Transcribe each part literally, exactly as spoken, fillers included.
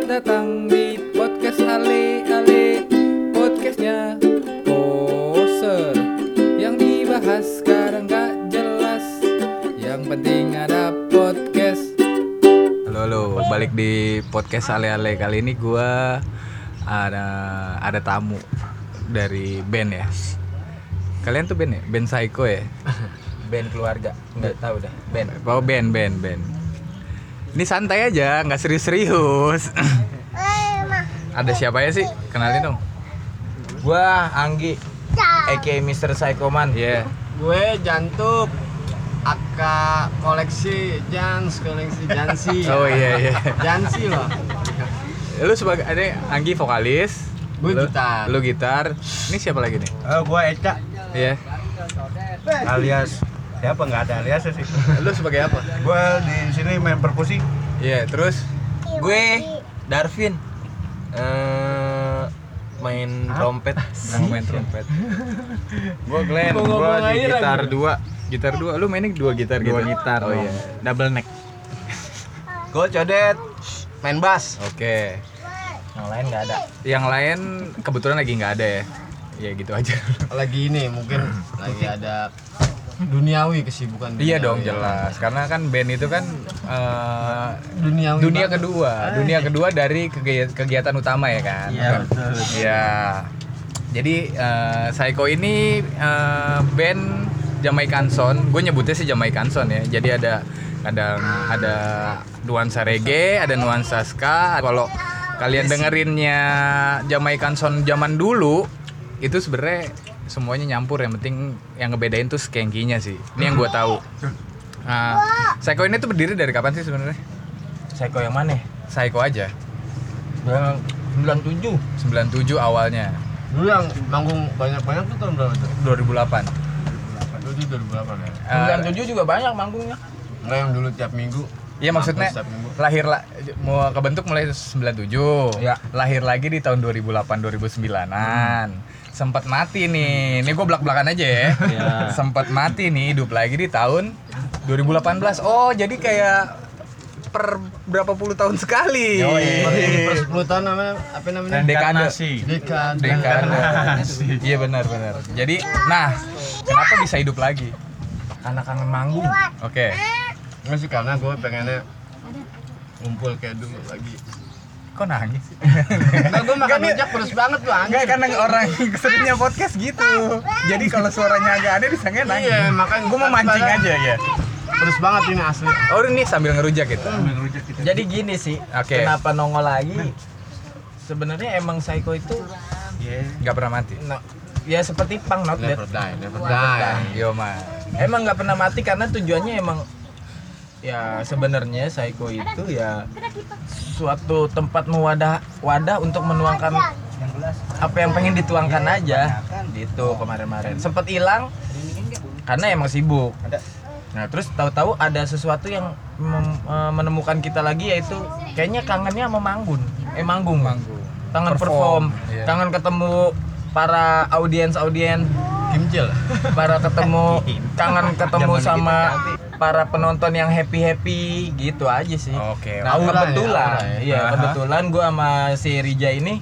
datang di podcast Ale Ale, podcastnya poser. Yang dibahas sekarang gak jelas, yang penting ada podcast. Halo halo, balik di podcast Ale Ale. Kali ini gua ada ada tamu dari band ya. Kalian tuh band ya? Band Psycho ya? Band keluarga? Nggak tahu dah. Band. Oh band band band. Ini santai aja, nggak serius-serius. Ada siapa ya sih? Kenalin dong. Gua Anggi, aka mister Psychoman. Iya. Yeah. Gue Jantup, aka koleksi Jans, koleksi Jansi. Oh iya iya. Jansi loh. Lu sebagai ada Anggi vokalis. Gue lu, gitar. Lu gitar. Ini siapa lagi nih? Oh, gua Eka. Iya. Alias siapa nggak ada aliasnya sih. Lu sebagai apa? Gua di sini main perkusi. Iya, terus Gue Darvin, uh, main trompet. mau main trompet. Gua Glenn. Mau Gua ngomong di aja gitar lagi. dua. Gitar dua. Lu mainnya dua gitar gitu. Dua gitar. Oh iya. Double neck. Gue Codet, main bass. Oke. Yang lain nggak ada. Yang lain kebetulan lagi nggak ada ya. Ya gitu aja. Lagi ini mungkin lagi ada duniawi kesibukan. Iya duniawi. dong jelas. Karena kan band itu kan uh, Duniawi. dunia banget. kedua, dunia kedua dari kegiatan, kegiatan utama ya kan. Iya, betul. Iya. Jadi uh, Psycho ini uh, band Jamaican Sound. Gue nyebutnya sih Jamaican Sound ya. Jadi ada kadang ada nuansa reggae, ada nuansa ska. Kalau kalian dengerinnya Jamaican Sound zaman dulu, itu sebenarnya semuanya nyampur, yang penting yang ngebedain tuh skanky-nya sih. Ini yang gue tahu. Nah, Psycho ini tuh berdiri dari kapan sih sebenarnya? Psycho yang mana? Psycho aja. Yang sembilan tujuh. sembilan tujuh awalnya. Dulu yang manggung banyak-banyak tuh tahun berapa tuh? dua ribu delapan. Dulu di dua ribu delapan ya. sembilan tujuh juga banyak manggungnya. Enggak yang dulu tiap minggu. Iya maksudnya Setiap minggu. lahir la, mau kebentuk mulai sembilan tujuh. Ya. Lahir lagi di tahun dua ribu delapan dua ribu sembilan-an. Hmm. Sempat mati nih. Ini gue belak-belakan aja ya. Ya. Sempat mati nih, hidup lagi di tahun dua ribu delapan belas. Oh, jadi kayak per berapa puluh tahun sekali. Oh iya. Per sepuluh tahun namanya apa namanya? Dekade. Dekade. Dekade. Iya benar benar. Jadi, nah, kenapa bisa hidup lagi? Karena kangen manggung. Oke. Nggak sih, karena gue pengennya ngumpul kayak dulu lagi. Kok nangis sih? Enggak, gue makan Nggak, rujak pedes banget tuh anjing. Enggak, karena orang seringnya podcast gitu. Jadi kalau suaranya agak aneh disangka nangis. Iya, makanya gue mau mancing aja ya. Pedes banget ini asli. Oh, ini sambil ngerujak gitu. Jadi gini sih, Oke. kenapa nongol lagi? Sebenarnya emang Psycho itu, Enggak pernah mati. no, ya seperti punk not dead. Never die, never die. Yo, Mas. Emang nggak pernah mati karena tujuannya emang ya sebenarnya Psycho itu ya suatu tempat mewadah wadah untuk menuangkan apa yang pengen dituangkan aja gitu. Kemarin-kemarin sempat hilang karena emang sibuk. Nah terus tahu-tahu ada sesuatu yang mem- eh, menemukan kita lagi, yaitu kayaknya kangennya sama manggung eh manggung Manggung. kangen Perform, perform, iya. kangen ketemu para audiens-audiens, Kimcil. para ketemu kangen ketemu Zaman sama kita. para penonton yang happy happy gitu aja sih. Oke. Nah, Aura kebetulan, ya, aura ya. iya Aha. kebetulan gue sama si Rija ini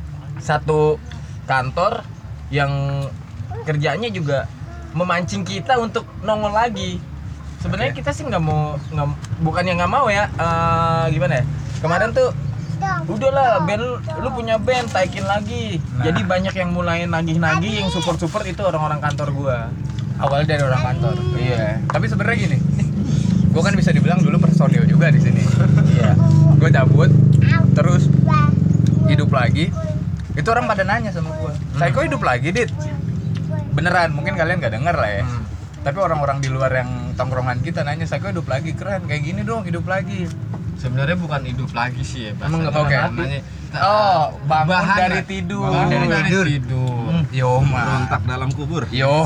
satu kantor yang kerjanya juga memancing kita untuk nongol lagi. Sebenarnya Oke. kita sih nggak mau, nggak, bukannya nggak mau ya, eh, gimana ya? Kemarin tuh udahlah band lu, lu punya band, taikin lagi. Nah. Jadi banyak yang mulai nagih-nagih, yang support-support itu orang-orang kantor gua. Awalnya dari orang kantor. Iya. Tapi sebenarnya gini. Gue kan bisa dibilang dulu personil juga di sini. Iya. Gue cabut, terus hidup lagi. Itu orang pada nanya sama gue, Psycho hidup lagi, Dit? Beneran, mungkin kalian gak denger lah ya. Hmm. Tapi orang-orang di luar yang tongkrongan kita nanya, Psycho hidup lagi, keren, kayak gini dong, hidup lagi. Sebenarnya bukan hidup lagi sih ya. Emang nggak Oke. Namanya Oh, bangun Bahan dari lah. tidur. bangun dari tidur. tidur. Yo, ma. Berontak dalam kubur. Yo.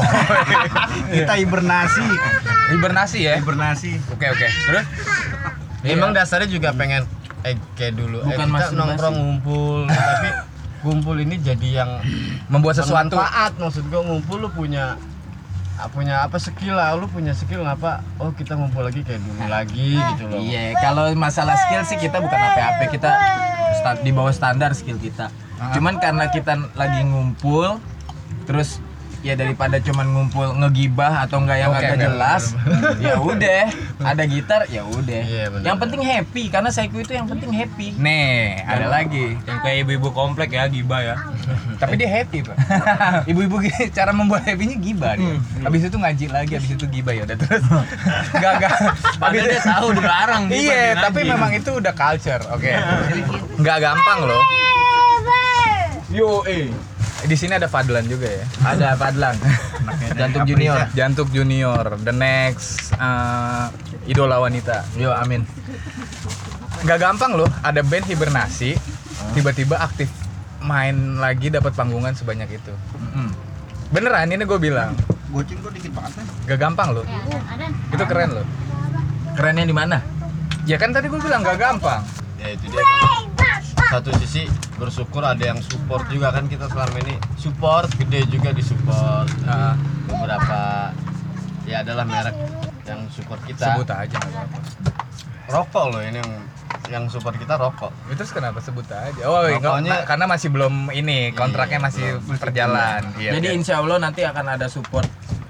Kita hibernasi. Hibernasi ya? Hibernasi. Oke, oke. Terus? Emang dasarnya juga pengen eh kayak dulu. Bukan eh, kita masing-masing. nongkrong ngumpul, tapi ngumpul ini jadi yang Membuat sesuatu. bermanfaat. Maksud gua ngumpul lu punya ah, punya apa skill lah, lu punya skill ngapa? Oh kita ngumpul lagi kayak dulu lagi gitu loh. Iya, kalau masalah skill sih kita bukan apa-apa, kita sta- di bawah standar skill kita. Cuman karena kita lagi ngumpul, terus ya daripada cuman ngumpul ngegibah atau enggak yang Oke, agak enggak, jelas, ya udah ada gitar ya udah. Iya, bener. Yang penting happy karena Saiko itu yang penting happy. Nih, ada lagi. Yang kayak ibu-ibu komplek ya, gibah ya. Tapi dia happy, Pak. Ibu-ibu gini, cara membuat happy-nya gibah dia. Habis itu ngaji lagi, habis itu gibah ya udah terus. Enggak enggak. Padahal dia tahu dilarang gibah. Iya, dia tapi ngaji. memang itu udah culture. Oke. Enggak gampang loh. Yo eh. Di sini ada Fadlan juga ya. Ada Fadlan. Jantung Junior. Jantung Junior, the next uh, idola wanita. Yo amin. Nggak gampang loh, ada band hibernasi, tiba-tiba aktif main lagi dapat panggungan sebanyak itu. Mm-mm. Beneran ini gue bilang, Goceng kok dikit banget kan? gak gampang loh. Itu keren loh. Kerennya di mana? Ya kan tadi gue bilang gak gampang. Ya itu dia memang. Satu sisi bersyukur ada yang support juga kan, kita selama ini support gede juga di support. Nah. Beberapa ya adalah merek yang support kita. Sebut aja nggak apa-apa. Rokok loh ini yang yang support kita rokok. Itu kenapa sebut aja? Oh, nggak- Pokoknya- karena masih belum ini kontraknya Iya, masih belum. berjalan. Iya, Jadi iya. insya Allah nanti akan ada support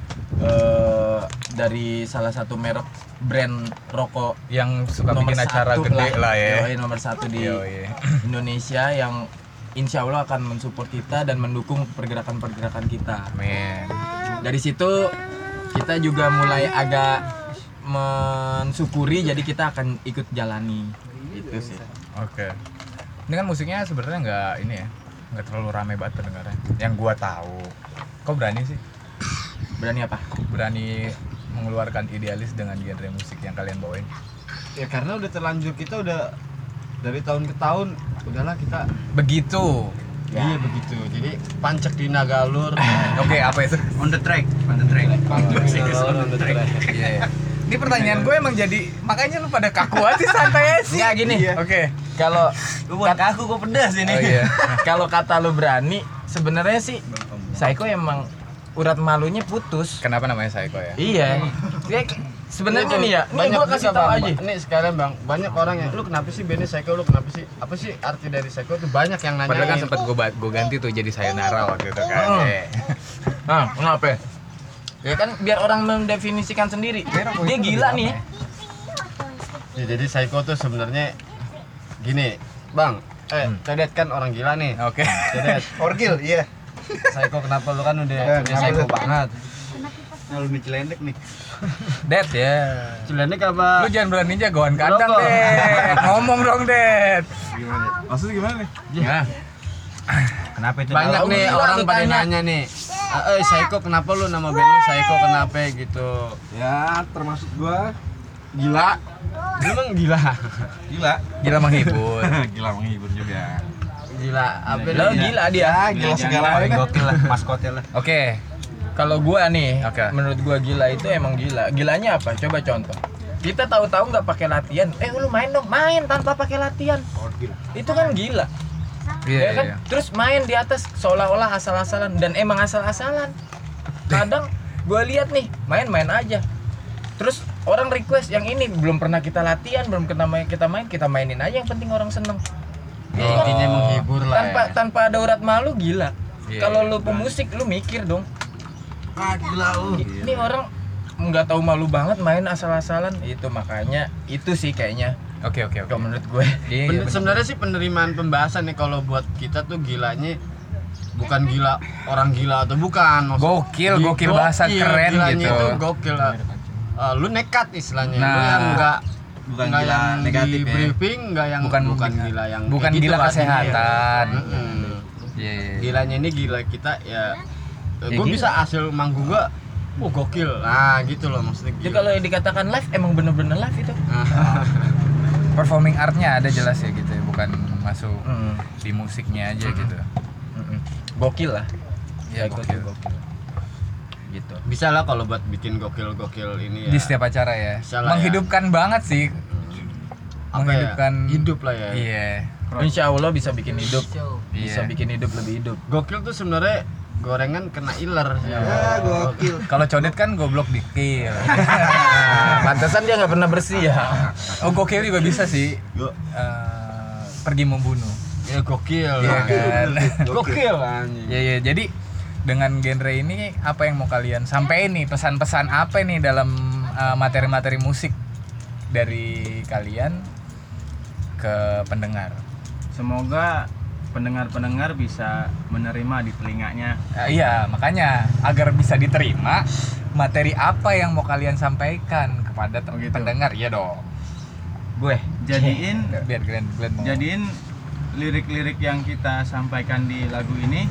eh, dari salah satu merek brand rokok yang suka nomor bikin acara satu gede lah ya. Yoi, nomor satu di Yoi. Indonesia yang insya Allah akan mensupport kita dan mendukung pergerakan-pergerakan kita. Amin. Dari situ kita juga mulai agak mensyukuri, jadi kita akan ikut jalani itu sih. Oke. Ini kan musiknya sebenarnya nggak ini ya, nggak terlalu ramai banget pendengarnya. Yang gua tahu. Kok berani sih? Berani apa? Berani mengeluarkan idealis dengan genre musik yang kalian bawain. Ya karena udah terlanjur, kita udah dari tahun ke tahun udahlah kita Begitu. iya begitu. Jadi pancek di Nagalur. Oke, apa itu? On the track, on the track. Pancek di Nagalur on the track. Iya. iya. Ini pertanyaan gue emang jadi makanya lu pada kaku aja santai aja sih. Enggak gini. Oke. Kalau Lu buat kaku kok pedas ini. Oh iya. kalau kata lu berani, sebenarnya sih Saiko emang urat malunya putus. Kenapa namanya Saiko ya? Iya. Dia sebenarnya nih ya, ini banyak gua kasih juga, tahu Bang. aja. Ini sekarang Bang, banyak orang yang lu kenapa sih bandnya Saiko, lu kenapa sih? Apa sih arti dari Saiko itu, banyak yang nanya. Padahal kan sempat gue gue ganti tuh jadi Sayonara waktu itu kan. Hmm. Iya. Nah, kenapa? Ya kan biar orang mendefinisikan sendiri. Dia gila nih. Ya, jadi Saiko tuh sebenarnya gini, Bang. Eh, Tedet kan orang gila nih. Oke. Tedet, Orgil, iya. Saiko kenapa lu kan udah Eh, udah kenapa Saiko lu? banget. Nah, lu nih celendek nih. Dad ya. Cilendek apa? Lu jangan berani jagoan kandang, Rokok. Dad. Ngomong dong, Dad. Gimana? Maksudnya gimana nih? Nah, Kenapa itu? Banyak Tahu, nih gila orang tuh pada tanya. nanya nih. Eh, eh, Saiko kenapa lu nama band lu Saiko kenapa gitu? Ya, termasuk gua Gila. Emang gila. gila. gila menghibur. Gila menghibur juga. Gila, apa Gila, lo gila. gila dia. Gila segala paling gokil lah, maskotnya lah. Oke. Kalau gua nih, Oke. menurut gua gila itu emang gila. Gilanya apa? Coba contoh. Kita tahu-tahu nggak pakai latihan. Eh lu main dong, main tanpa pakai latihan. Orgil. Itu kan gila. Iya, Ya kan? iya. Terus main di atas seolah-olah asal-asalan dan emang asal-asalan. Kadang gua lihat nih, main-main aja. Terus orang request yang ini belum pernah kita latihan, belum pernah main, kita main, kita mainin aja yang penting orang seneng. Itu kan Intinya menghibur lah. tanpa ya. tanpa ada urat malu gila. Iya, Kalau iya, lu pemusik lu mikir dong. Ah, gila lu. Ini orang nggak tahu malu banget main asal-asalan. Itu makanya itu sih kayaknya Oke, oke, oke. kalau menurut gue. Iya, Pen- iya, bener. sebenarnya sih penerimaan pembahasan nih kalau buat kita tuh gilanya bukan gila orang gila atau bukan. Maksud- Gokil, Gi- gokil bahasa keren gilanya gitu. itu gokil. Uh, lu nekat istilahnya. Lu Nah. yang enggak Bukan enggak gila yang negatif di ya. briefing, enggak yang Bukan bukan, gila- gila yang bukan kayak gitu gila artinya. kesehatan. Mm-mm. Iya, iya. Gilanya ini gila kita ya, Ya gue gila. bisa hasil manggung gua oh gokil. Nah, gitu loh maksudnya. Itu gila. kalau yang dikatakan live emang bener-bener live itu. Nah, Performing artnya ada jelas ya gitu ya, bukan masuk Mm. di musiknya aja gitu. Mm-mm. Gokil lah. Iya, Saiko gokil. tuh gokil. Gitu. bisa lah kalau buat bikin gokil-gokil ini ya. Di setiap acara ya. Bisa lah ya. Menghidupkan banget sih. Apa menghidupkan ya? Hidup lah ya. Iya. Insya Allah bisa bikin hidup. Bisa Iya. bikin hidup lebih hidup. Gokil tuh sebenarnya gorengan kena iler. Ya, gokil. Kalau codet kan goblok dikil. Pantesan dia nggak pernah bersih ya. Oh, gokil juga bisa sih. Gua Eh, pergi membunuh. Ya gokil. Iya kan. Gokil anjing. Ya ya, jadi dengan genre ini apa yang mau kalian sampaikan nih, pesan-pesan apa nih dalam uh, materi-materi musik dari kalian ke pendengar? Semoga pendengar-pendengar bisa menerima di telinganya. Uh, iya, makanya agar bisa diterima, materi apa yang mau kalian sampaikan kepada Oh, gitu. pendengar? Ya dong. Gue Jadiin Biar Glenn, Glenn mau. jadiin lirik-lirik yang kita sampaikan di lagu ini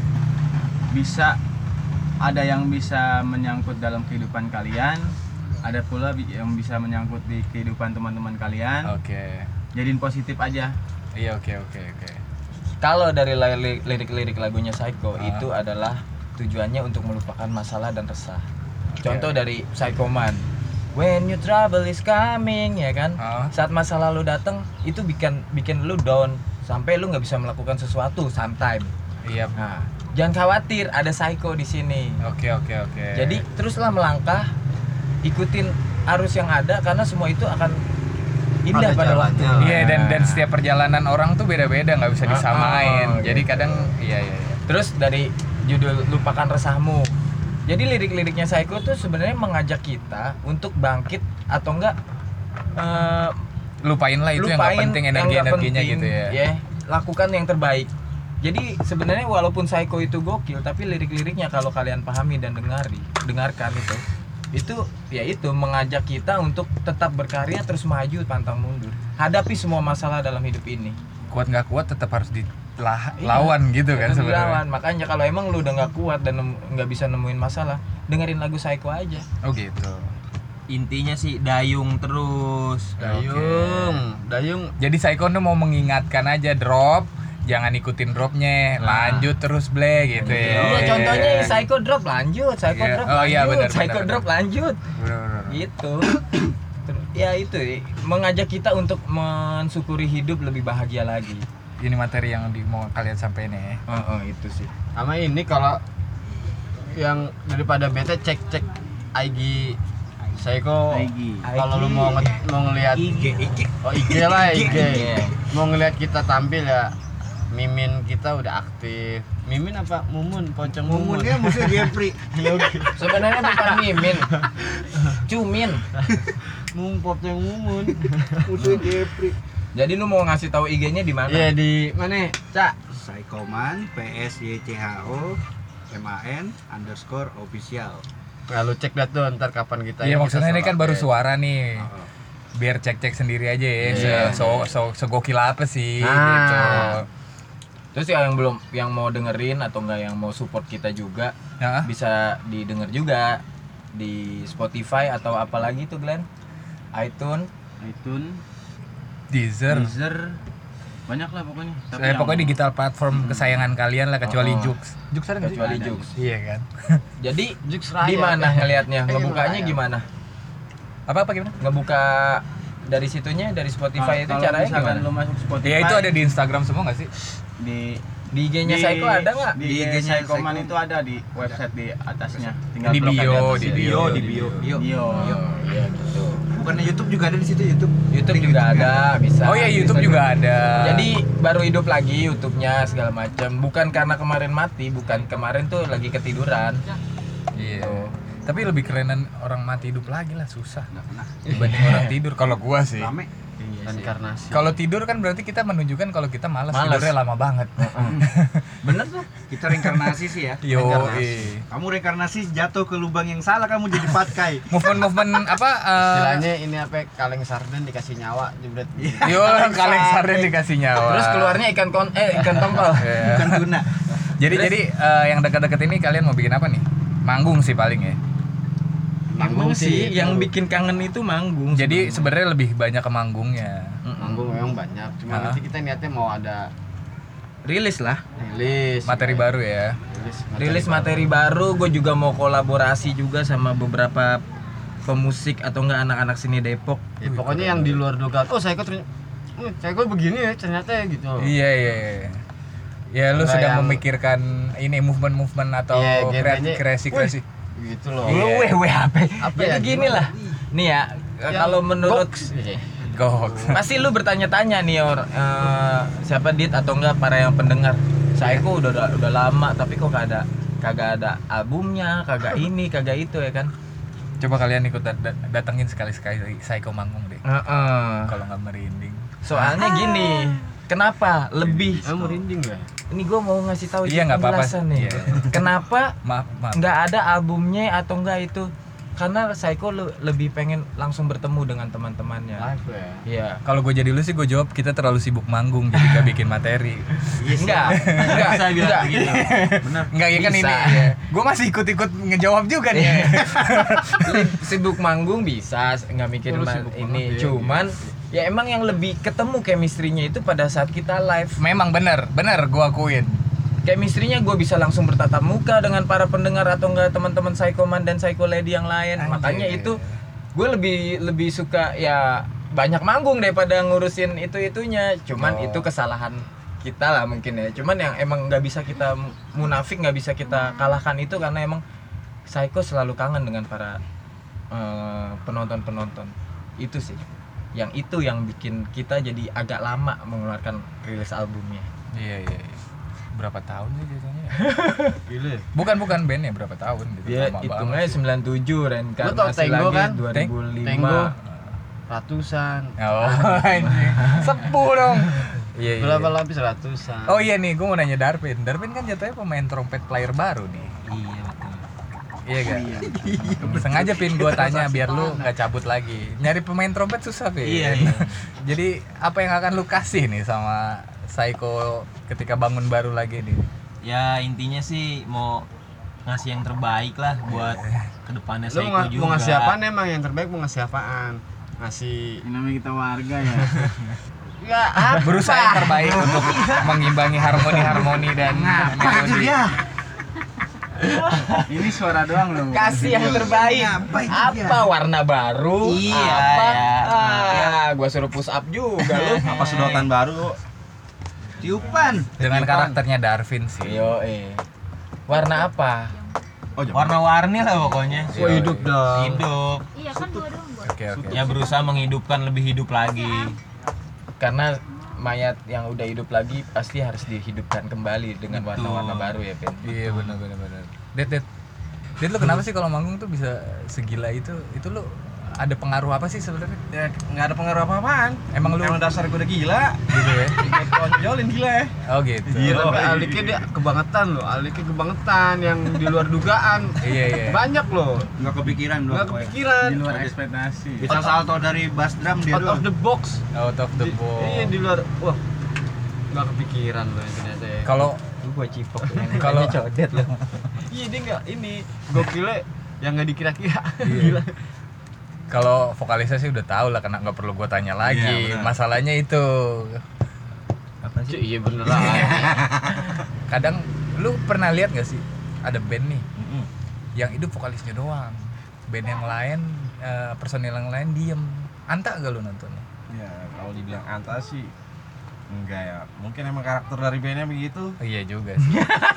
bisa ada yang bisa menyangkut dalam kehidupan kalian, ada pula bi- yang bisa menyangkut di kehidupan teman-teman kalian. Oke. Jadiin positif aja. Iya, oke oke oke. kalau dari li- lirik-lirik lagunya Psycho Ah. itu adalah tujuannya untuk melupakan masalah dan resah. Oke. Contoh dari Psycho Man, when you trouble is coming, ya kan? Ah. Saat masa lalu datang itu bikin bikin lu down sampai lu nggak bisa melakukan sesuatu sometime. Iya. Nah, jangan khawatir, ada Psycho di sini. Oke oke oke. Jadi teruslah melangkah, ikutin arus yang ada karena semua itu akan indah Ada pada jalannya. waktu. Iya, dan dan setiap perjalanan orang tuh beda-beda, nggak bisa Ah, disamain. ah, Jadi gitu. kadang iya iya. iya. Terus dari judul Lupakan Resahmu. Jadi lirik-liriknya Psycho tuh sebenarnya mengajak kita untuk bangkit atau enggak eh, Lupain lah itu yang nggak lupain penting yang nggak energi-energinya penting, gitu ya. lakukan yang terbaik. Jadi sebenarnya walaupun Psycho itu gokil, tapi lirik-liriknya kalau kalian pahami dan dengari, dengarkan itu, itu ya itu mengajak kita untuk tetap berkarya, terus maju pantang mundur, hadapi semua masalah dalam hidup ini. Kuat nggak kuat tetap harus dilawan Iya, gitu kan harus sebenarnya. dilawan. Makanya kalau emang lu udah nggak kuat dan nem- nggak bisa nemuin masalah, dengerin lagu Psycho aja. Oh gitu. Intinya sih dayung terus. Dayung, Dayung. Jadi Psycho tuh mau mengingatkan aja, drop, jangan ikutin dropnya, lanjut terus ble gitu ya. Iya, contohnya yang Psycho drop lanjut, Psycho Iya. drop Oh, lanjut, iya, benar, Psycho benar, drop lanjut. Bener-bener. Gitu. Ter- ya itu mengajak kita untuk mensyukuri hidup lebih bahagia lagi. Ini materi yang di, mau kalian sampaikan ya. Oh, oh, itu sih. Sama ini kalau yang daripada bete cek cek I G Psycho. I G. Kalau lu mau nge- mau ngelihat I G, I G. oh I G lah I G. Iya. Mau ngelihat kita tampil ya, mimin kita udah aktif. Mimin apa mumun, pocong mumun. Mumunnya musuh Jeffrey. Sebenarnya bukan mimin. Cumin. Mum pocong mumun. Musuh Jeffrey. Jadi lu mau ngasih tahu I G-nya di mana? Iya di mana? Cak. Psychoman P S Y C H O M A N underscore official. Nah, lu cek dah tuh ntar kapan kita. Iya, kita maksudnya ini kan sholat baru ya. suara nih. Biar cek-cek sendiri aja ya. Iya. So, so, so segokil apa sih Nah. gitu. Terus yang belum yang mau dengerin atau enggak yang mau support kita juga Hah? bisa didengar juga di Spotify atau apalagi tuh Glenn? iTunes. iTunes, Deezer. Deezer, banyak lah pokoknya. Tapi Eh, yang- pokoknya digital platform kesayangan kalian lah kecuali Oh. Jux. Jux ada nggak sih? Kecuali Ada. Jux. Iya kan. Jadi Jux Raya. di mana ngelihatnya? Eh, Ngebukanya Raya. gimana? Apa apa gimana? Ngebuka dari situnya dari Spotify itu Kalau caranya misalkan gimana? lu masuk Spotify, Ya itu ada di Instagram semua nggak sih? di Di I G-nya Psycho ada nggak? Di Di I I G-nya G-nya Psychoman Psycho. itu ada di website di atasnya. Tinggal Di blok bio, aja di atasnya. bio, di bio. Bio. Oh, iya gitu. Bukannya YouTube juga ada di situ YouTube? YouTube juga ada, bisa. Oh ya YouTube juga ada. Jadi baru hidup lagi YouTube-nya segala macam. Bukan karena kemarin mati, bukan kemarin tuh lagi ketiduran. Iya. Gitu. Tapi lebih kerenan orang mati hidup lagi lah, susah Nggak pernah. dibanding orang tidur. Kalau gua sih. Rame. Dan karnasi. Kalau tidur kan berarti kita menunjukkan kalau kita malas, Malas. tidurnya lama banget. Bener tuh. Kita reinkarnasi sih ya. Yo, Reinkarnasi. eh. Kamu reinkarnasi jatuh ke lubang yang salah, kamu jadi patkai. movement-movement apa? eh, Istilahnya ini apa? Kaleng sarden dikasih nyawa jebret. Yo, kaleng sarden dikasih nyawa. Terus keluarnya ikan kon eh ikan tongkol. Iya. Bukan tuna. Jadi jadi eh, yang dekat-dekat ini kalian mau bikin apa nih? Manggung sih paling ya. Manggung sih, yang itu. bikin kangen itu manggung. Jadi sebenarnya lebih banyak ke manggungnya. manggung memang banyak. Cuma Ah. nanti kita niatnya mau ada rilis lah. rilis Materi ya. baru ya. Rilis Rilis materi baru, gue juga mau kolaborasi juga sama beberapa pemusik atau enggak anak-anak sini Depok. Ya, pokoknya yang di luar dugaan. Oh, saya kok ternyata oh, saya kok begini ya ternyata ya gitu. Iya iya. iya. Ya lu Enggak sedang yang- memikirkan ini movement-movement atau Iya, kreasi genrenya, kreasi kreasi. Gitu loh. Iya. Lu weh weh apa? Apa Jadi ya, gini gimana? lah. Nih ya, Yang kalau menurut box. Iya. Goks. Pasti lu bertanya-tanya nih or, uh, siapa Dit atau enggak para yang pendengar. Psycho udah, udah udah lama tapi kok kagak ada kagak ada albumnya, kagak ini, kagak itu ya kan. Coba kalian ikut dat- dat- datengin sekali-sekali Psycho manggung deh. Heeh. Kalau nggak merinding. Soalnya gini, kenapa lebih Kamu merinding ya? ini gue mau ngasih tahu Iya, nggak apa-apa. penjelasan nih. Iya. Kenapa Maaf, maaf. nggak ada albumnya atau enggak itu? Karena Psycho le- lebih pengen langsung bertemu dengan teman-temannya. Live ya. Iya. Kalau gue jadi lu sih gue jawab kita terlalu sibuk manggung jadi gak bikin materi. Enggak, enggak, Saya bilang enggak. begitu. Benar. Enggak ya kan Bisa. ini. Gue masih ikut-ikut ngejawab juga nih. Li- Sibuk manggung bisa, nggak mikir Lu ma- sibuk ini. banget ya, Cuman ya emang yang lebih ketemu chemistry-nya itu pada saat kita live. Memang bener, bener gue akuin. Chemistry-nya gue bisa langsung bertatap muka dengan para pendengar atau enggak teman-teman Psychoman dan Psycho Lady yang lain. Anjir. Makanya itu gue lebih lebih suka ya banyak manggung daripada ngurusin itu-itunya. Cuman Oh. itu kesalahan kita lah mungkin ya. Cuman yang emang nggak bisa kita munafik, nggak bisa kita kalahkan itu karena emang Psycho selalu kangen dengan para eh, penonton-penonton. Itu sih. Yang itu yang bikin kita jadi agak lama mengeluarkan rilis albumnya. Iya, iya, iya. Berapa tahun sih jatuhnya? Gila. Bukan, bukan bandnya berapa tahun gitu. Dia Lama hitungnya banget sih. sembilan puluh tujuh, Lu tau reinkarnasi Tango lagi kan? dua ribu Tango. lima. Ratusan. Oh, anjing. Sepuh dong. Iya, iya. Berapa lapis ratusan? Oh iya nih, gue mau nanya Darvin. Darvin kan jatuhnya pemain trompet player baru nih. Iya betul. Iya kan? Sengaja Pin gue tanya biar lu nggak cabut lagi. Nyari pemain trompet susah Pin. Iya, iya. Jadi apa yang akan lu kasih nih sama Psycho ketika bangun baru lagi nih? Ya intinya sih mau ngasih yang terbaik lah buat kedepannya Lu Psycho mau, juga. mau ngasih apaan emang yang terbaik mau ngasih apaan? Ngasih Ini namanya kita warga ya. enggak apa? Berusaha yang terbaik untuk mengimbangi harmoni-harmoni dan melodi. Ini suara doang loh. Kasih yang terbaik. Apa warna baru? Iya, Apa? ya. Ah, gua suruh push up juga lu. Apa sedotan baru? Tiupan. Dengan karakternya Darvin sih. Yo, eh. Warna apa? Oh, jangan. Warna-warni lah pokoknya. Wah, hidup dong. Hidup. Iya kan dua doang buat. Oke, oke. Ya berusaha menghidupkan lebih hidup lagi. Karena mayat yang udah hidup lagi pasti harus dihidupkan kembali dengan Betul. warna-warna baru ya, Pin. Iya benar benar benar. Dit, Dit. Dit, lu kenapa sih kalau manggung tuh bisa segila itu? Itu lu ada pengaruh apa sih sebenarnya? Ya nggak ada pengaruh apa-apaan. Emang lu Emang dasar gue udah gila. gitu ya? Tonjolin gila ya. Oh gitu. Gila, sampai Aliknya dia kebangetan loh, Aliknya kebangetan yang di luar dugaan. Iya iya. Banyak loh, Nggak kepikiran doang. nggak pokoknya. kepikiran. Di luar ekspektasi. Bisa salto dari bass drum dia Out of doang. the box. Out of the Di- box. Iya di luar, wah nggak kepikiran loh yang ternyata ya. Kalau Gua cipok. Kalau- codet loh. Iya dia nggak ini, gokilnya yang nggak dikira-kira. Iya. Gila. kalau vokalisnya sih udah tahu lah, karena nggak perlu gua tanya lagi. Iya, benar. Masalahnya itu Apa Cuk, iya beneran. kadang lu pernah lihat nggak sih ada band nih yang hidup vokalisnya doang, band yang lain eh, personil yang lain diem. Anta gak lu nontonnya? Ya kalau dibilang anta sih enggak ya. Mungkin emang karakter dari bandnya begitu. Oh, iya juga sih.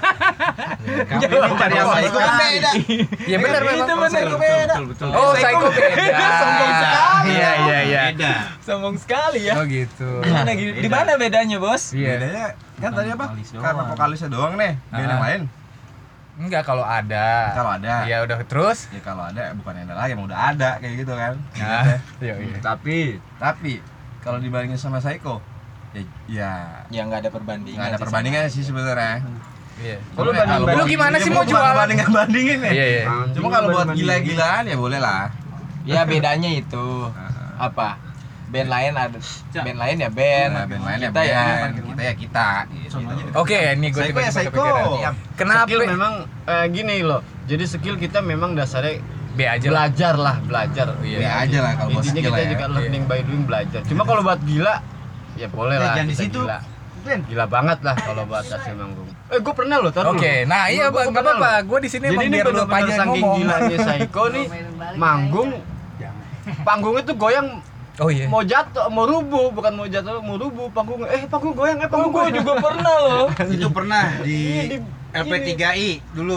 Kami ini cari yang baik kan beda. Iya benar memang. Itu benar beda. Oh, Psycho beda. Sombong sekali. Iya iya iya. Beda. Sombong sekali ya. Oh gitu. Gimana gitu? Di mana bedanya, Bos? Iya. Bedanya kan tadi apa? Vokalis doang. Karena vokalisnya doang nih. Band yang Ah. lain Enggak, kalau ada. kalau ada. Ya udah terus. Ya kalau ada bukan yang ada lagi, emang udah ada kayak gitu kan. Nah, iya iya. Tapi tapi kalau dibandingin sama Psycho ya ya Ya nggak ada perbandingan. nggak ada sih perbandingan sih sebenarnya. Iya. Kalau Boleh, kalau banding- Lu buat- gimana sih ya, mau bukan jualan? bandingin bandingin nih. Iya iya. Cuma kalau buat Banding- gila-gilaan ya boleh lah. sama. Ya bedanya itu apa? Band lain ada band lain ya band. Nah, band lain ya kita ya. band, kita ya kita. Gitu. Oke, ini gue Psycho ya tiba-tiba Psycho. kepikiran. Kenapa? Skill memang eh, gini loh. Jadi skill kita memang dasarnya B aja lah. belajar lah, belajar. Iya. Ya aja lah kalau buat Intinya skill kita ya. juga learning by doing, belajar. Cuma kalau buat gila ya boleh Ya, lah. jangan di kita situ. Gila. Ben. Gila banget lah kalau buat hasil manggung. Eh gue pernah loh, taruh. Oke, nah iya bang, nggak apa-apa. Gue di sini Jadi emang ini biar lu bener-bener panjang saking ngomong. gilanya Psycho nih manggung, panggungnya tuh goyang. Oh iya. Mau jatuh, mau rubuh, bukan mau jatuh, mau rubuh panggung. Eh panggung goyang, eh Oh, panggung gue goyang. juga pernah loh. Itu pernah Iya, di di- L P tiga I dulu.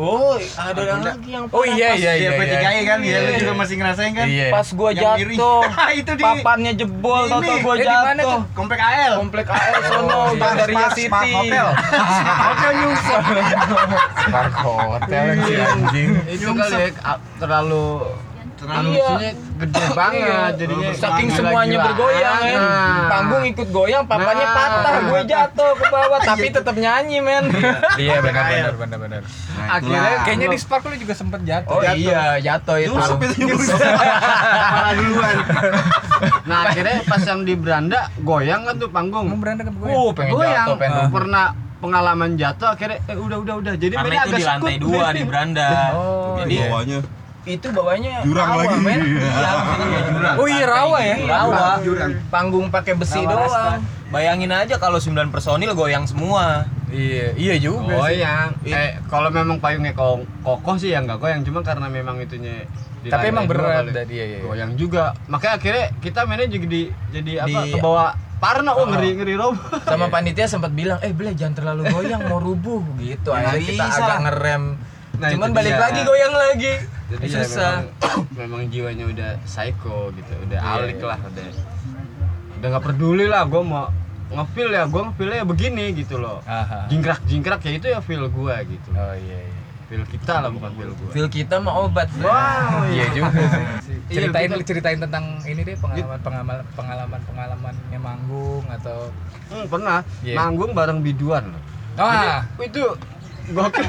Oh, ada yang lagi yang Oh iya iya iya. Dia P tiga I kan, Iya, ya lu iya. juga masih ngerasain kan? Iya. Pas gua Yang miring. jatuh, Itu di papannya jebol, Ini. tau-tau gua Eh, di mana jatuh. tuh? Komplek A L. Komplek A L sono, Oh, iya. Gandaria Smart- City. Smart Hotel. Hotel nyungsep. Park hotel si anjing. Itu kali ya, a- terlalu terlalu Iya. isunya gede banget jadinya. Saking gila-gilaan. semuanya bergoyang ya. Nah. Panggung ikut goyang, papannya Nah. patah, gue jatuh ke bawah tapi tetap nyanyi, men. Iya benar benar benar benar. Akhirnya Kayaknya di Spark lu juga sempet jatuh. Oh iya, jatuh itu. Nyungsep itu nyungsep. Malah duluan. Nah akhirnya pas yang di beranda goyang kan tuh panggung. Mau beranda ke gue. Uh, pengen Goyang. jatuh, pengen Pernah pengalaman jatuh akhirnya eh udah udah udah jadi Karena mainnya itu agak di lantai sekut. dua di beranda. Oh, Jadi iya. Bawahnya itu bawahnya jurang rawa, lagi. men. iya, maksudnya jurang. Oh iya rawa ya. Rawa. Jurang. Panggung pakai besi Rawa doang. rasta. Bayangin aja kalau sembilan personil goyang semua. Iya iya juga sih. Goyang. Eh kalau memang payungnya ko- kokoh sih ya nggak goyang cuma karena memang itunya di Tapi lantai emang dua berat kali. dah dia, iya, iya. Goyang juga. Makanya akhirnya kita mainnya juga di jadi apa Di- ke bawah Parno oh ngeri ngeri roboh. Sama panitia sempat bilang, "Eh, Ble, jangan terlalu goyang, mau rubuh." Gitu. Ya, Akhirnya kita bisa. agak ngerem. Nah, Cuman itu balik dia. lagi goyang lagi. Jadi Eh, ya susah. memang, memang jiwanya udah psycho gitu, udah Iya, alik iya. lah udah. Udah nggak peduli lah gue mau ngefeel ya, gue ngefeelnya ya begini gitu loh. Aha. Jingkrak jingkrak ya itu ya feel gue gitu. Oh iya iya. Feel kita lah bukan feel gue. Feel kita mah obat. Wow, Iya juga sih. Iya, Ceritain kita- ceritain tentang ini deh pengalaman pengalaman pengalaman pengalamannya manggung atau Hmm, pernah Iya. manggung bareng biduan loh. ah Jadi, itu gokil.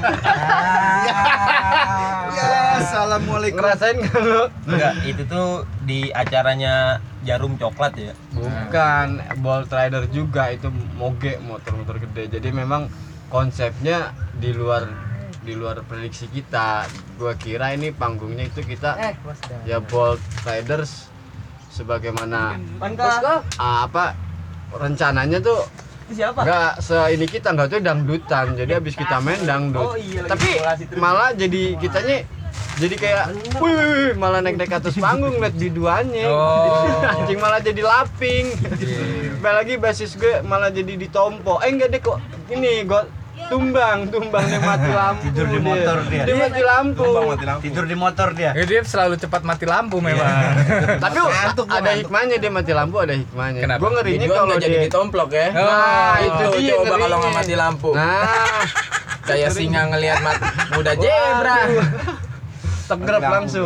Ya, assalamualaikum. Ngerasain kan lo? Enggak, itu tuh di acaranya Jarum Coklat ya. Bukan, Bolt Rider juga itu moge motor-motor gede. Jadi memang konsepnya di luar di luar prediksi kita. Gua kira ini panggungnya itu kita ya Bolt Riders sebagaimana ah, apa rencananya tuh Siapa? nggak se ini kita nggak tuh dangdutan. Jadi habis kita main dangdut. Oh iya, lagi Tapi simulasi terus. malah jadi kitanya jadi kayak wih, wih, wih, malah naik-naik ke atas panggung liat biduannya. Oh. Anjing malah jadi laping. Balik lagi basis gue malah jadi ditompo. Eh enggak deh kok ini gue tumbang, tumbang dia mati lampu. Tidur di motor dia. Dia mati lampu. Tidur di motor dia. Ya, dia selalu cepat mati lampu memang. Tapi ada hikmahnya dia mati lampu, ada hikmahnya. Kenapa? Gue ngerinya Biduan kalau nggak jadi dia ditomplok ya. Oh, Nah, itu Tuh, dia coba kalau nggak ngerinya. mati lampu. Nah, Kayak singa ngelihat mat muda zebra. tegrep langsung.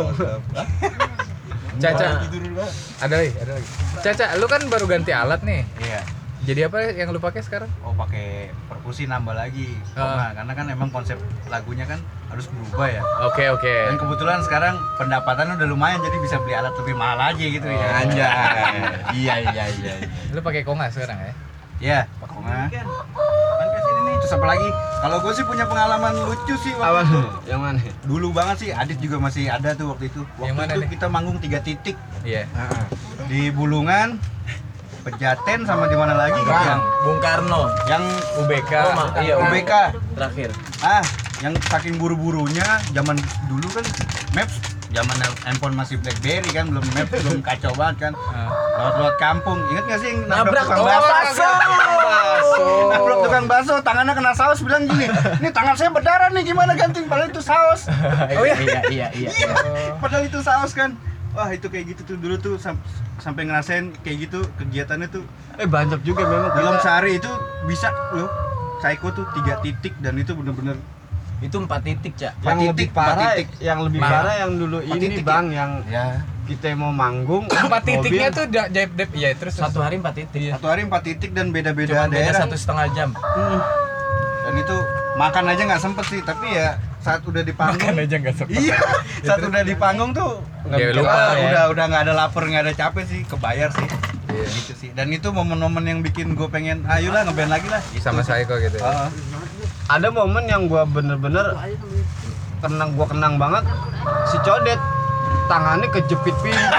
Caca, ada lagi, ada lagi. Caca, lu kan baru ganti alat nih. Iya. Jadi apa yang lu pakai sekarang? Oh, pakai perkusi nambah lagi. Oh, Ah. nah, karena kan emang konsep lagunya kan harus berubah ya. Oke oke. Dan kebetulan sekarang pendapatan udah lumayan jadi bisa beli alat lebih mahal aja gitu ya. Oh. Anjay. Iya iya iya. Lu pakai konga sekarang ya? Ya, Pak Konga. Kan ke sini nih. Terus apa lagi? Kalau gue sih punya pengalaman lucu sih waktu Apa? itu. Yang mana? Dulu banget sih, Adit juga masih ada tuh waktu itu. Waktu Yang mana itu nih? kita manggung tiga titik Iya. di Bulungan, Pejaten sama di mana lagi gitu yang Bung Karno. yang U B K. Oh, ma- iya, U B K. Terakhir. Ah, yang saking buru-burunya zaman dulu kan Maps zaman handphone masih BlackBerry kan, belum Maps belum kacau banget kan. Ah. Lewat-lewat kampung. Ingat nggak sih yang Nabrak tukang tukang bakso? bakso. Nabrak tukang bakso, tangannya kena saus bilang gini, "Ini tangan saya berdarah nih, gimana ganti?" Padahal itu saus. Oh iya iya iya iya. Iya, padahal itu saus kan. Wah, itu kayak gitu tuh dulu tuh sam- sampai ngerasain kayak gitu kegiatannya tuh. Eh banyak juga memang Dalam kita- sehari itu bisa loh. Psycho tuh tiga titik dan itu bener-bener Itu empat titik, Cak. yang Empat lebih titik, empat parah, titik. yang lebih Empat. parah yang dulu Empat ini titik bang, yang ya. kita mau manggung Empat titiknya mobil, tuh da- jep dep iya terus Satu hari empat titik. Satu hari empat titik dan beda-beda Cuma beda daerah. satu setengah jam. Hmm. Dan itu makan aja nggak sempet sih, tapi ya saat udah di makan panggung. aja nggak sempet. Iya, saat udah di panggung tuh nggak Ya, bisa lupa lah, ya. udah udah nggak ada lapar nggak ada capek sih, kebayar sih. Gitu sih. Dan itu momen-momen yang bikin gue pengen, ayolah ngeband lagi lah. Gitu. Sama Psycho gitu. ya? Ah. ada momen yang gua bener-bener kenang gua kenang banget si Codet tangannya kejepit pintu.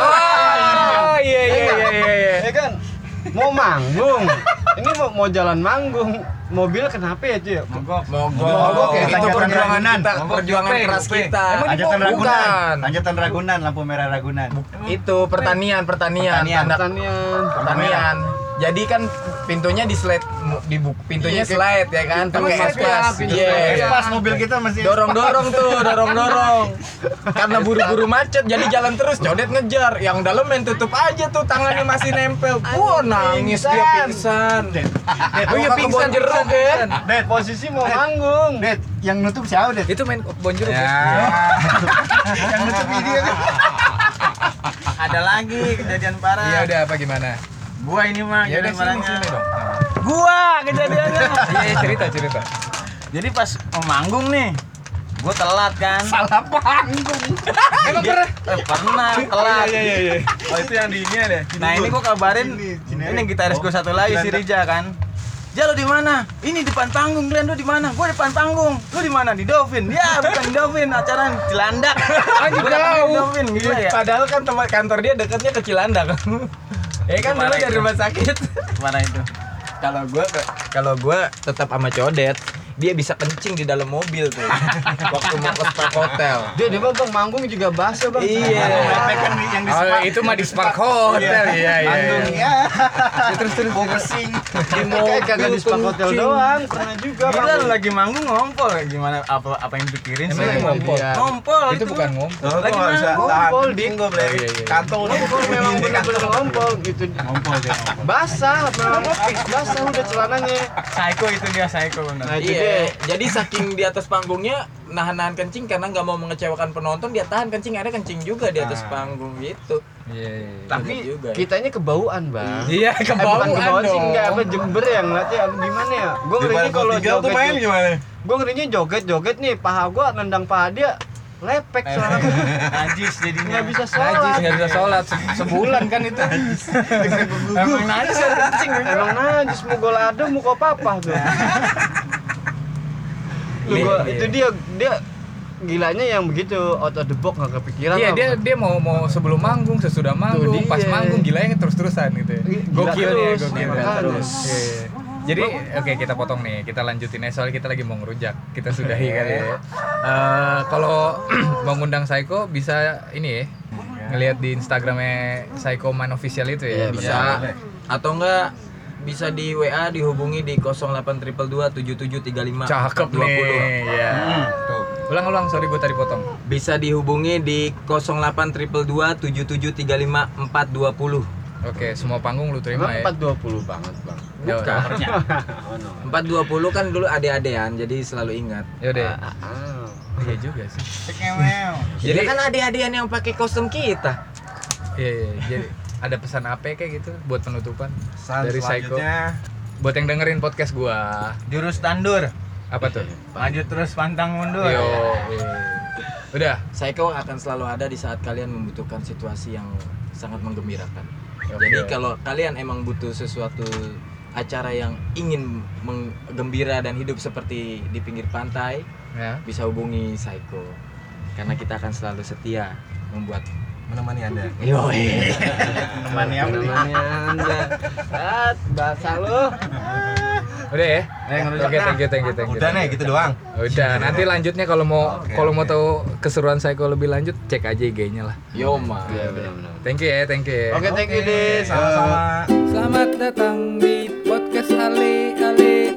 Oh iya iya iya iya. iya. Ya kan mau manggung ini mau mau jalan manggung mobil kenapa ya cuy? Mogok. Mogok. Mogok ya, Itu Tanjatan perjuangan Ragunan. kita, perjuangan Gope, keras gope. kita. Emang di Tanjatan Bukan. Ragunan. Tanjatan Ragunan, lampu merah Ragunan. Itu pertanian, pertanian, Pertanian. tanda Pertanian. pertanian. Jadi kan pintunya di slide di buku pintunya slide ya kan pakai espas. Iya, pas mobil kita masih Dorong-dorong tuh, dorong-dorong. Karena buru-buru macet jadi jalan terus, codet ngejar. Yang dalam main tutup aja tuh tangannya masih nempel. Wah, nangis dia pingsan. Oh iya pingsan jeruk ya. Det, Posisi mau manggung. Det, yang nutup siapa, Det? Itu main bon jeruk Ya. ya. Yang nutup video kan. Ada lagi kejadian parah. Iya udah apa gimana? Gua ini mah Ya udah kejadian sini parahnya. sini dong. Gua kejadiannya. Iya iya, cerita cerita. Jadi pas mau manggung nih, gua telat kan. Salah panggung. Emang pernah? Eh, pernah telat. Iya iya iya. Oh itu yang di ini deh. Nah ini gua kabarin ini gitaris gua satu lagi si Rija kan. Ja lu di mana? Ini depan panggung, Glenn lu di mana? Gua depan panggung. Lu di mana? Di Dovin. Ya, bukan di Dovin, acara di Cilandak. Anjir Gua datang di jauh. Dovin, gila ya. Padahal kan tempat kantor dia dekatnya ke Cilandak. Ya kan dulu Kemana dari itu? rumah sakit. Mana itu? Kalau gua kalau gua tetap sama Codet, dia bisa kencing di dalam mobil tuh. Waktu mau ke Spark Hotel. Dia dia bang manggung juga basah bang. Iya. Kan yang di Oh, itu mah di Spark Hotel. Iya iya. Bandung iya. ya. Terus terus Mau kesing. Di mobil kagak di Spark Hotel doang. Pernah juga Kita bang. lagi manggung ngompol gimana apa apa yang dipikirin Emang sih? itu ngompol? Iya. Ngompol Itu bukan ngompol. Lagi mana? Ngompol di gue beli Oh, iya, iya. kantong udah Ngompol memang benar-benar ngompol gitu. ngompol dia ngompol. Basah, memang fix basah udah celananya. Psycho itu dia psycho benar. Nah itu Iya, deh. jadi saking di atas panggungnya nahan-nahan kencing karena nggak mau mengecewakan penonton, dia tahan kencing, ada kencing juga di atas panggung gitu. Iya iya. Tapi Bener juga ya. kitanya kebauan bang. Iya Eh, bukan kebauan kebauan sih, dong. enggak apa Jember ya ngeliatnya apa gimana ya? Gue ngerinya kalau joget, gimana? gue ngerinya joget-joget nih, paha gue nendang paha dia lepek soalnya Najis jadinya. nggak bisa Najis sholat. nggak bisa sholat Se- sebulan kan itu. Emang najis ada kencing. Emang najis mau golado mau kok papa tuh. Lu Iya, gua, iya. itu dia dia gilanya yang begitu out of the box nggak kepikiran. Iya apa. dia dia mau mau sebelum manggung, sesudah manggung, dia. pas manggung gilanya terus-terusan gitu. ya. Gila Gokil ya, terus, gokil. makanya. Terus. Iya. Jadi oke kita potong nih, kita lanjutin aja soalnya kita lagi mau ngerujak. Kita sudahi kali ya. Eh, kalau mau ngundang Psycho bisa ini ya. Ngelihat di Instagramnya Psycho Man Official itu ya. Iya, bisa. Atau enggak bisa di W A dihubungi di nol delapan dua dua tujuh tujuh tiga lima Cakep dua nol. nih. Ya. Ulang-ulang, sorry gue tadi potong. Bisa dihubungi di nol delapan dua dua tujuh tujuh tiga lima empat dua nol. Oke, semua panggung lu terima Emang ya. empat dua puluh banget bang. Bukan. Oh, no. empat dua nol kan dulu ade-adean, jadi selalu ingat. Yaudah. Ah, ah. Iya juga sih. Jadi Jadi kan ade-adean yang pakai kostum kita. iya, iya, jadi ada pesan apa kayak gitu buat penutupan Pesan dari Psycho. selanjutnya, Buat yang dengerin podcast gua. jurus tandur. Apa tuh? Lanjut terus pantang mundur. Yo. iya. Udah. Psycho akan selalu ada di saat kalian membutuhkan situasi yang sangat menggembirakan. Oke. Jadi kalau kalian emang butuh sesuatu acara yang ingin menggembira dan hidup seperti di pinggir pantai, Ya. bisa hubungi Psycho. Karena kita akan selalu setia membuat Menemani Anda. yo Temani apa nih? Namanya anda. Ah, bahasa lu. Udah ya? Eh, ngerujak Oke, dah. thank you, thank you, thank you. Udah nih, gitu doang. Udah, nanti lanjutnya kalau mau Oke, kalau mau oke. tahu keseruan Psycho lebih lanjut, cek aja I G-nya lah. yo ma. Iya benar-benar. Thank you ya, thank you ya. Oke, thank you deh. Sama-sama. Selamat datang di podcast Ale Ale.